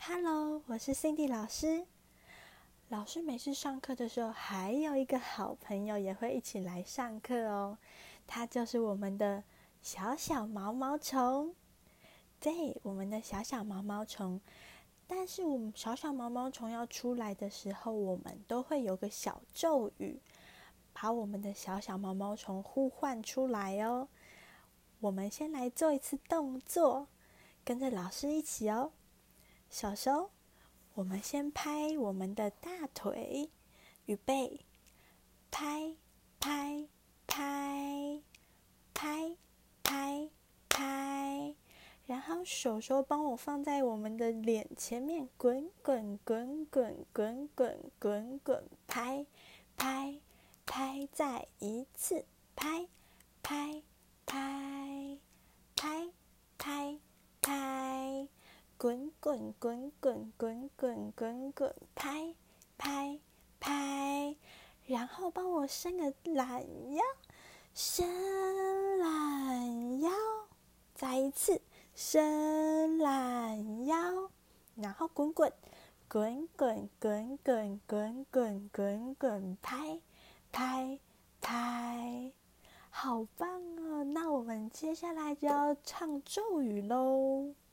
Hello，我是 Cindy 老师。老师每次上课的时候，还有一个好朋友也会一起来上课哦。他就是我们的小小毛毛虫。对，我们的小小毛毛虫。但是我们小小毛毛虫要出来的时候，我们都会有个小咒语，把我们的小小毛毛虫呼唤出来哦。我们先来做一次动作，跟着老师一起哦。小手，我们先拍我们的大腿，预备，拍拍拍拍拍拍，然后手手帮我放在我们的脸前面，滚滚滚滚滚滚滚滚，拍拍拍，再一次，拍拍拍拍拍拍，滚滚滚滚滚滚滚滚，拍拍拍，然后帮我伸个懒腰，伸懒腰，再一次伸懒腰，然后滚滚滚滚滚滚滚滚滚滚，拍拍拍，好棒哦！那我们接下来就要唱咒语咯。